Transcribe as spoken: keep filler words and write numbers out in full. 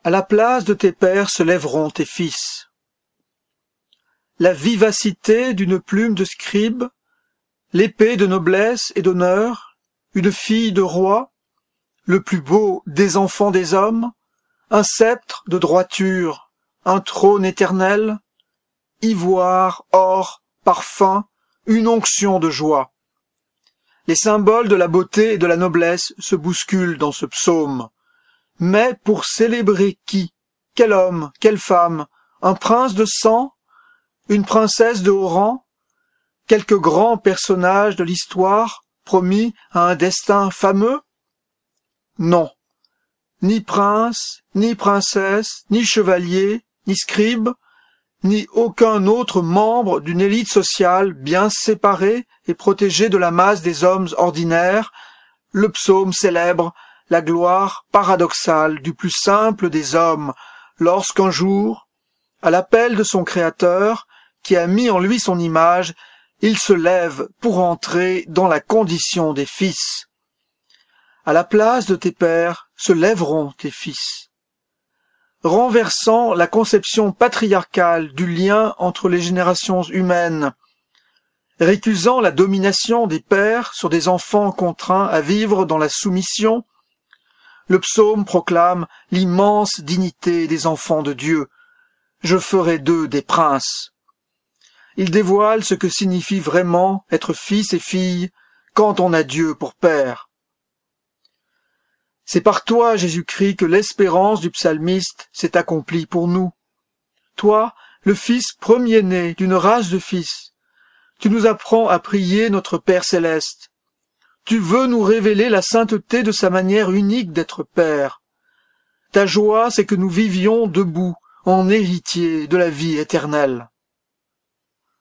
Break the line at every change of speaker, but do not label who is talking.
À la place de tes pères se lèveront tes fils. La vivacité d'une plume de scribe, l'épée de noblesse et d'honneur, une fille de roi, le plus beau des enfants des hommes, un sceptre de droiture, un trône éternel, ivoire, or, parfum, une onction de joie. Les symboles de la beauté et de la noblesse se bousculent dans ce psaume. Mais pour célébrer qui? Quel homme? Quelle femme? Un prince de sang? Une princesse de haut rang? Quelque grand personnage de l'histoire promis à un destin fameux? Non. Ni prince, ni princesse, ni chevalier, ni scribe, ni aucun autre membre d'une élite sociale bien séparée et protégée de la masse des hommes ordinaires, le psaume célèbre la gloire paradoxale du plus simple des hommes, lorsqu'un jour, à l'appel de son Créateur, qui a mis en lui son image, il se lève pour entrer dans la condition des fils. À la place de tes pères se lèveront tes fils. Renversant la conception patriarcale du lien entre les générations humaines, récusant la domination des pères sur des enfants contraints à vivre dans la soumission, le psaume proclame l'immense dignité des enfants de Dieu. Je ferai d'eux des princes. Il dévoile ce que signifie vraiment être fils et fille quand on a Dieu pour père. C'est par toi, Jésus-Christ, que l'espérance du psalmiste s'est accomplie pour nous. Toi, le fils premier-né d'une race de fils, tu nous apprends à prier notre Père céleste. Tu veux nous révéler la sainteté de sa manière unique d'être Père. Ta joie, c'est que nous vivions debout, en héritiers de la vie éternelle.